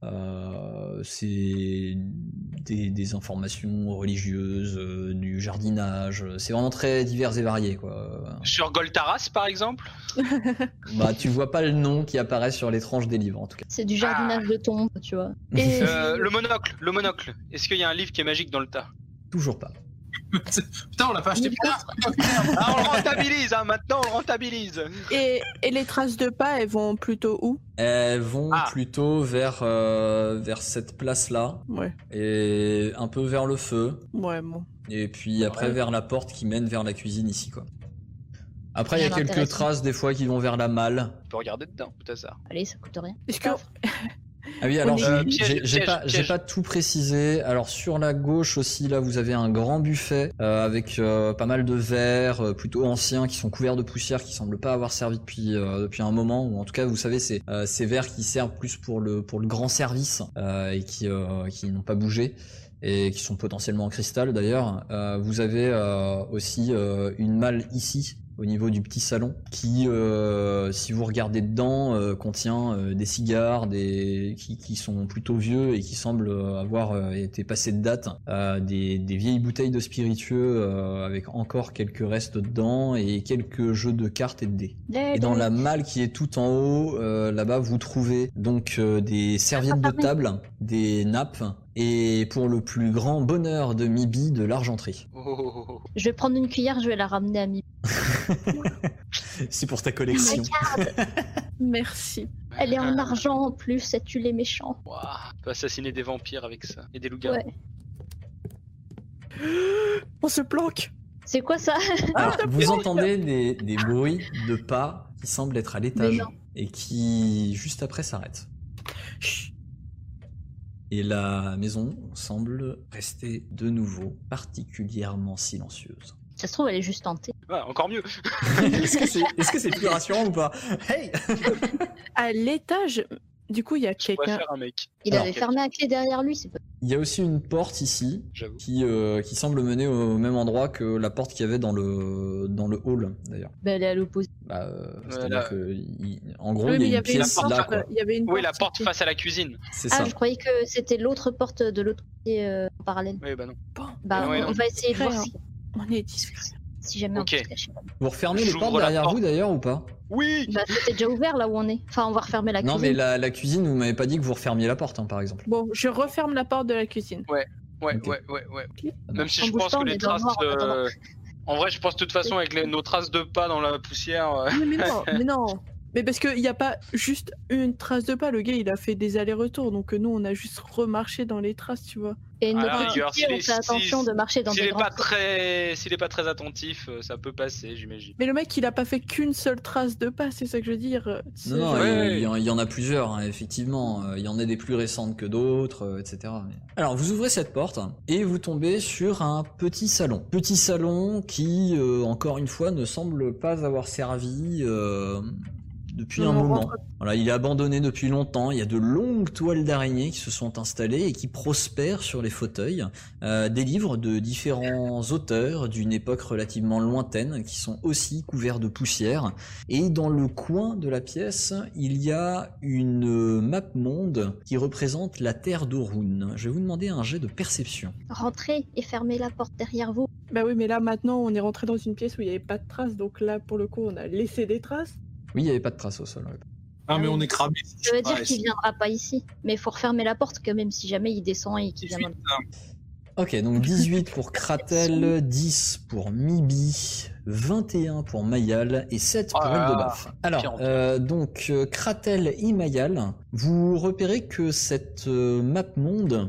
des informations religieuses, du jardinage. C'est vraiment très divers et varié, quoi.
Sur Goltaras, par exemple?
Bah, tu vois pas le nom qui apparaît sur les tranches des livres, en tout cas.
C'est du jardinage de tombes, tu vois.
Et
Le monocle. Est-ce qu'il y a un livre qui est magique dans le tas?
Toujours pas.
Putain, on l'a pas acheté pour rien.
Ah, on le rentabilise, hein, maintenant on le rentabilise.
et les traces de pas, elles vont plutôt où?
Elles vont plutôt vers cette place-là,
Ouais,
et un peu vers le feu,
ouais, bon.
et puis après vers la porte qui mène vers la cuisine ici, quoi. Après, il y a
Rien
quelques
d'intéressant.
traces des fois qui vont vers la malle.
On peut regarder dedans, tout hasard.
Allez, ça coûte rien.
Est-ce que
Ah oui, alors j'ai
piège.
pas tout précisé. Alors sur la gauche aussi, là, vous avez un grand buffet avec pas mal de verres plutôt anciens qui sont couverts de poussière, qui semblent pas avoir servi depuis un moment. Ou en tout cas, vous savez, c'est ces verres qui servent plus pour le grand service et qui n'ont pas bougé et qui sont potentiellement en cristal d'ailleurs. Vous avez aussi une malle ici au niveau du petit salon qui, si vous regardez dedans, contient des cigares qui sont plutôt vieux et qui semblent avoir été passés de date, des vieilles bouteilles de spiritueux avec encore quelques restes dedans et quelques jeux de cartes et de dés. Et dans la malle qui est tout en haut, là-bas, vous trouvez donc des serviettes de table, des nappes et pour le plus grand bonheur de Mibi, de l'argenterie.
Oh.
Je vais prendre une cuillère, je vais la ramener à Mibi.
C'est pour ta collection.
Regarde,
Merci.
elle est en argent en plus, elle tue les méchants.
Wow. On peut assassiner des vampires avec ça. Et des loups-garous.
Ouais.
On se planque.
C'est quoi ça?
Alors, vous entendez des bruits de pas qui semblent être à l'étage et qui, juste après, s'arrêtent.
Chut.
Et la maison semble rester de nouveau particulièrement silencieuse.
Ça se trouve, elle est juste tentée.
Ouais, encore mieux.
Est-ce que c'est plus rassurant ou pas? Hey!
À l'étage, du coup, il y a
Je pourrais
quelqu'un.
faire un mec.
Il
Alors,
avait fermé à clé derrière lui, c'est pas...
Il y a aussi une porte ici
J'avoue.
qui semble mener au même endroit que la porte qu'il y avait dans le hall d'ailleurs.
Bah, elle est à l'opposé.
C'est-à-dire
Voilà.
que en gros
Oui,
il
mais
y a une pièce
porte,
là quoi.
Il y avait une
Oui, la
porte
porte
qui-
face à la cuisine.
C'est
Ah,
ça.
je croyais que c'était l'autre porte de l'autre côté en parallèle.
Oui, bah non.
Bon,
Bah,
Ouais,
on
non.
va essayer de voir
Frère.
si,
on est discret.
si jamais
Ok.
on peut se cacher.
Vous refermez les
J'ouvre
portes
la
derrière
porte.
vous d'ailleurs ou pas?
Oui.
Bah, c'était déjà ouvert là où on est. Enfin, on va refermer la
Non
cuisine.
mais la cuisine, vous m'avez pas dit que vous refermiez la porte par exemple.
Bon, je referme la porte de la cuisine.
Ouais,
Ok.
ouais.
Ça
Même
marche.
si
On
je
bouge
pense
pas,
que
on
les
est dans le
traces.
noir, en attendant.
En vrai, je pense de toute façon avec nos traces de pas dans la poussière.
Mais non, mais non. Mais parce qu'il n'y a pas juste une trace de pas. Le gars, il a fait des allers-retours. Donc nous, on a juste remarché dans les traces, tu vois.
Et
À la
notre
rigueur,
métier, on fait attention de marcher dans
S'il
des
est
grands
pas
trous.
s'il est pas très attentif, ça peut passer, j'imagine.
Mais le mec, il a pas fait qu'une seule trace de pas, c'est ça que je veux dire. C'est
Non,
genre-
Ouais.
il y en a plusieurs, hein, effectivement. Il y en a des plus récentes que d'autres, etc. Alors, vous ouvrez cette porte et vous tombez sur un petit salon. Petit salon qui, encore une fois, ne semble pas avoir servi depuis
Non,
un
on
moment.
rentre-
Voilà, il est abandonné depuis longtemps. Il y a de longues toiles d'araignée qui se sont installées et qui prospèrent sur les fauteuils. Des livres de différents auteurs d'une époque relativement lointaine qui sont aussi couverts de poussière. Et dans le coin de la pièce, il y a une map monde qui représente la terre d'Orun. Je vais vous demander un jet de perception.
Rentrez et fermez la porte derrière vous.
Bah oui, mais là, maintenant, on est rentré dans une pièce où il n'y avait pas de traces. Donc là, pour le coup, on a laissé des traces.
Oui, il n'y avait pas de traces au sol. Ouais.
Ah, mais on est cramé.
Ça veut dire
Ouais,
qu'il viendra pas ici. Mais il faut refermer la porte quand même si jamais il descend et qu'il vient dans le...
Ok, donc 18 pour Kratel, 10 pour Mibi, 21 pour Mayal et 7 pour
Ah,
Eldebaf. Alors,
pire en pire.
Kratel et Mayal, vous repérez que cette map monde,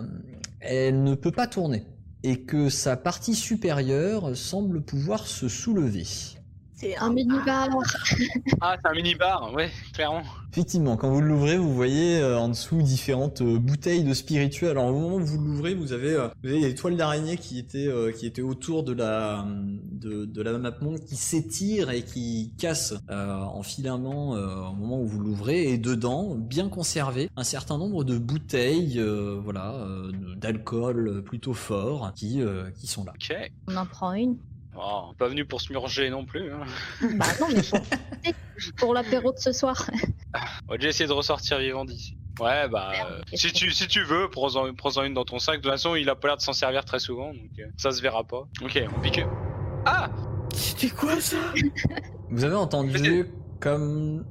elle ne peut pas tourner et que sa partie supérieure semble pouvoir se soulever.
C'est
Un mini-bar.
Ah, c'est un mini-bar, ouais, clairement.
Effectivement, quand vous l'ouvrez, vous voyez en dessous différentes bouteilles de spiritueux. Alors au moment où vous l'ouvrez, vous avez les toiles d'araignée qui étaient autour de la map monde qui s'étirent et qui cassent en filaments au moment où vous l'ouvrez. Et dedans, bien conservé, un certain nombre de bouteilles, d'alcool plutôt fort qui sont là.
Ok.
On en prend une.
Oh, pas venu pour se murger non plus. Hein.
Bah non, mais pour l'apéro de ce soir.
On va déjà essayer de ressortir vivant d'ici. Ouais, bah, si tu veux, prends-en une dans ton sac. De toute façon, il a pas l'air de s'en servir très souvent, donc ça se verra pas. Ok, on pique. Ah!
C'était quoi ça?
Vous avez entendu comme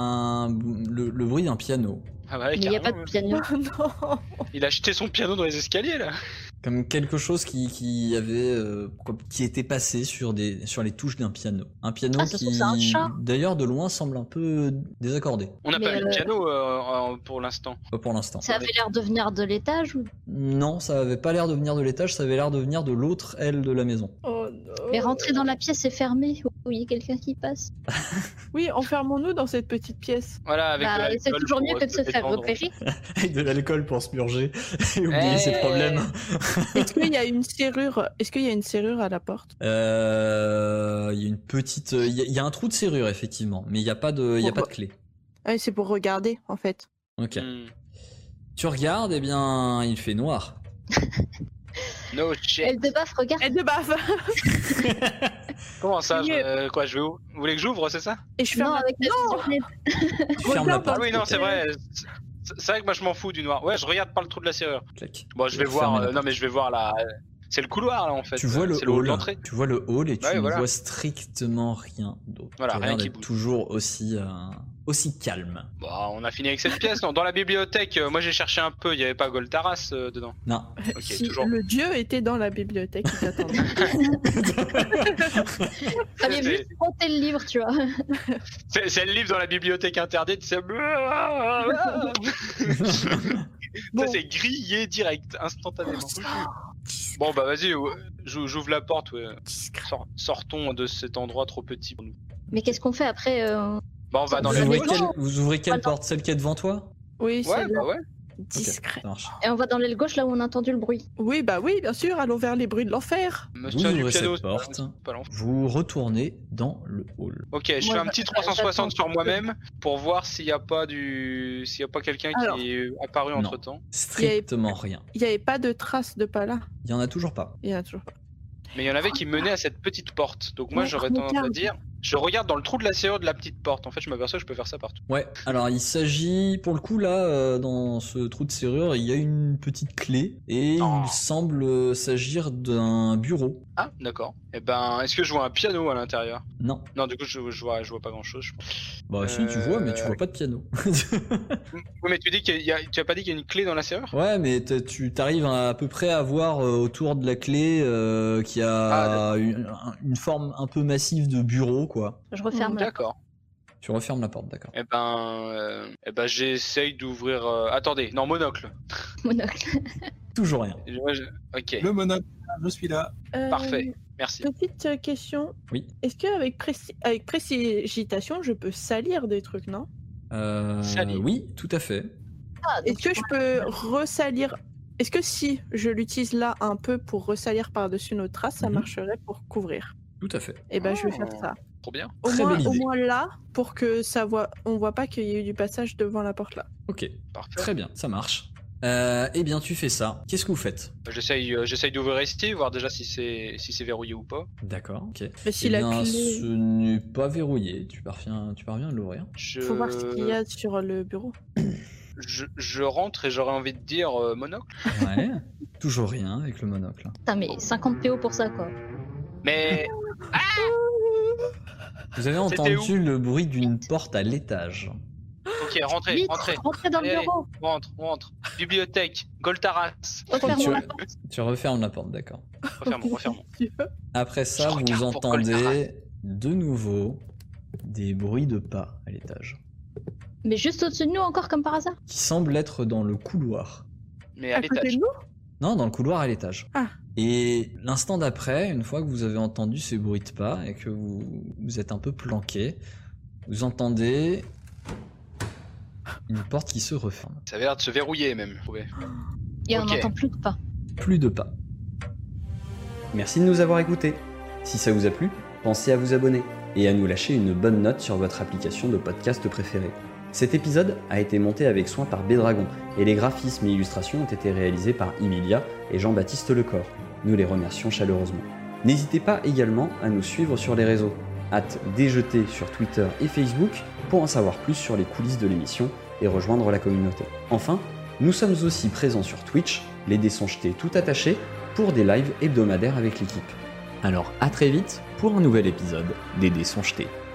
le bruit d'un piano.
Ah bah,
Mais il n'y a pas de
carrément,
piano.
Non.
Il a jeté son piano dans les escaliers, là.
Comme quelque chose qui était passé sur les touches d'un piano. Un piano
Ah, ça se trouve,
qui,
c'est un chat.
d'ailleurs, de loin, semble un peu désaccordé.
On n'a
Mais,
pas vu le piano pour l'instant.
Pas pour l'instant.
Ça avait l'air de venir de l'étage ou...
Non, ça avait pas l'air de venir de l'étage, ça avait l'air de venir de l'autre aile de la maison.
Oh non.
Mais rentrer dans la pièce et fermer, où il y a quelqu'un qui passe.
Oui, enfermons-nous dans cette petite pièce.
Voilà, avec de
Bah,
l'alcool
c'est toujours
pour
mieux que de se faire
détendre.
repérer.
Avec de l'alcool pour se purger et oublier ses problèmes.
Est-ce qu'il y a une serrure à la porte?
Il y a une petite, il y a un trou de serrure effectivement, mais il y a pas de clé.
Ouais, c'est pour regarder, en fait.
Ok.
Hmm.
Tu regardes, eh bien, il fait noir.
No shit.
Elle de baffe, regarde.
Elle de baffe.
Comment ça
Mieux.
quoi, je vais où Vous voulez que j'ouvre, c'est ça?
Et je ferme
Non,
la...
avec la vision LED.
Tu fermes la porte.
Ah oui, non,
ok.
c'est vrai. C'est vrai que moi je m'en fous du noir. Ouais, je regarde par le trou de la serrure.
Clac.
Bon, je vais
Fermer
voir.
la
Non, mais je vais voir là. C'est le couloir là en fait.
Tu vois le
C'est le hall
hall.
d'entrée.
Tu vois le hall et tu
Ouais,
ne
voilà.
vois strictement rien d'autre.
Voilà,
Tu as
rien
l'air
qui
d'être
bouge.
toujours aussi calme.
Bon, on a fini avec cette pièce. Non, dans la bibliothèque, moi j'ai cherché un peu. Il n'y avait pas Goltaras dedans.
Non.
Ok,
Si
toujours.
le dieu était dans la bibliothèque, il t'attendait.
Fallait
C'est-
juste compter le livre, tu vois.
C'est le livre dans la bibliothèque interdite. C'est.
Bon.
Ça c'est grillé direct, instantanément. Bon bah vas-y, j'ouvre la porte. Ouais. Sortons de cet endroit trop petit pour nous.
Mais qu'est-ce qu'on fait après
Bah on va dans
Vous
la
avez
maison.
quoi
Vous ouvrez quelle
Attends.
porte? Celle qui est devant toi?
Oui, c'est
Ouais, bah ouais.
discret.
Ça marche.
Et on va dans l'aile gauche, là où on a entendu le bruit.
Oui, bah oui, bien sûr, allons vers les bruits de l'enfer.
Me
Vous
tiens du
ouvrez
piano,
cette porte.
c'est pas l'enfer.
Vous retournez dans le hall.
Ok, je fais
Moi,
un petit
j'attends.
360 sur moi-même pour voir s'il y a pas quelqu'un
Alors.
qui est apparu
Non.
entre temps.
Strictement rien.
Il n'y avait pas de traces de pas là.
Il y en a toujours pas.
Il y en a toujours pas.
Mais il y en avait qui menaient à cette petite porte. Donc moi
Ouais,
j'aurais tendance à
regarde.
dire, je regarde dans le trou de la serrure de la petite porte. En fait, je m'aperçois que je peux faire ça partout.
Ouais, alors il s'agit, pour le coup là, dans ce trou de serrure, il y a une petite clé et
Oh.
il semble s'agir d'un bureau.
Ah, d'accord. Et ben, est-ce que je vois un piano à l'intérieur?
Non.
Non, du coup je vois pas grand chose.
Bah si, tu vois, mais tu vois pas de piano.
Oui, mais tu dis tu as pas dit qu'il y a une clé dans la serrure?
Ouais, mais tu t'arrives à peu près à voir autour de la clé qui
Ah,
a une forme un peu massive de bureau, quoi.
Je referme la
D'accord.
Tu refermes la porte, d'accord.
Et ben, j'essaye d'ouvrir. Attendez, non, monocle.
monocle.
Toujours rien.
Ok,
Le monocle, je suis là.
parfait. Merci.
Petite question.
Oui.
Est-ce qu'avec avec précipitation, je peux salir des trucs, non?
Salir.
Oui, tout à fait.
Ah, donc
Est-ce que je peux ressalir? Est-ce que si je l'utilise là un peu pour ressalir par-dessus nos traces, ça
Mhm.
marcherait pour couvrir?
Tout à fait.
Eh ben, je vais
Oh.
faire ça.
Trop bien.
Très belle
Au
idée.
moins là, pour que on voit pas qu'il y ait eu du passage devant la porte là.
Ok,
Parfait.
très bien, ça marche. Eh bien, tu fais ça. Qu'est-ce que vous faites?
J'essaye d'ouvrir ici, voir déjà si c'est verrouillé ou pas.
D'accord, ok.
Mais si
Eh
la
bien,
clé,
ce n'est pas verrouillé. Tu parviens à l'ouvrir.
faut voir ce qu'il y a sur le bureau.
Je rentre et j'aurais envie de dire monocle.
Ouais. Toujours rien avec le monocle.
Putain, mais 50 PO pour ça, quoi.
Mais
Vous avez
C'était
entendu le bruit d'une porte à l'étage.
ok, rentrez,
Vite,
rentrez.
rentrez dans le
Allez,
bureau.
On rentre. Bibliothèque, Goltaras.
Referme
Tu-
la porte.
Tu refermes la porte, d'accord.
Refermons.
Après ça,
Je
vous
regarde pour
entendez de nouveau des bruits de pas à l'étage,
Mais juste au-dessus de nous, encore comme par hasard.
qui semblent être dans le couloir.
Mais à
À côté
l'étage.
de nous?
Non, dans le couloir à l'étage.
Ah.
Et l'instant d'après, une fois que vous avez entendu ces bruits de pas et que vous êtes un peu planqué, vous entendez une porte qui se referme.
Ça avait l'air de se verrouiller même. je trouvais.
Et
Ok.
on n'entend plus de pas.
Plus de pas.
Merci de nous avoir écoutés. Si ça vous a plu, pensez à vous abonner et à nous lâcher une bonne note sur votre application de podcast préférée. Cet épisode a été monté avec soin par Bédragon et les graphismes et illustrations ont été réalisés par Emilia et Jean-Baptiste Lecor. Nous les remercions chaleureusement. N'hésitez pas également à nous suivre sur les réseaux, @déjeter sur Twitter et Facebook pour en savoir plus sur les coulisses de l'émission et rejoindre la communauté. Enfin, nous sommes aussi présents sur Twitch, les dés sont jetés tout attachés, pour des lives hebdomadaires avec l'équipe. Alors à très vite pour un nouvel épisode des dés sont jetés.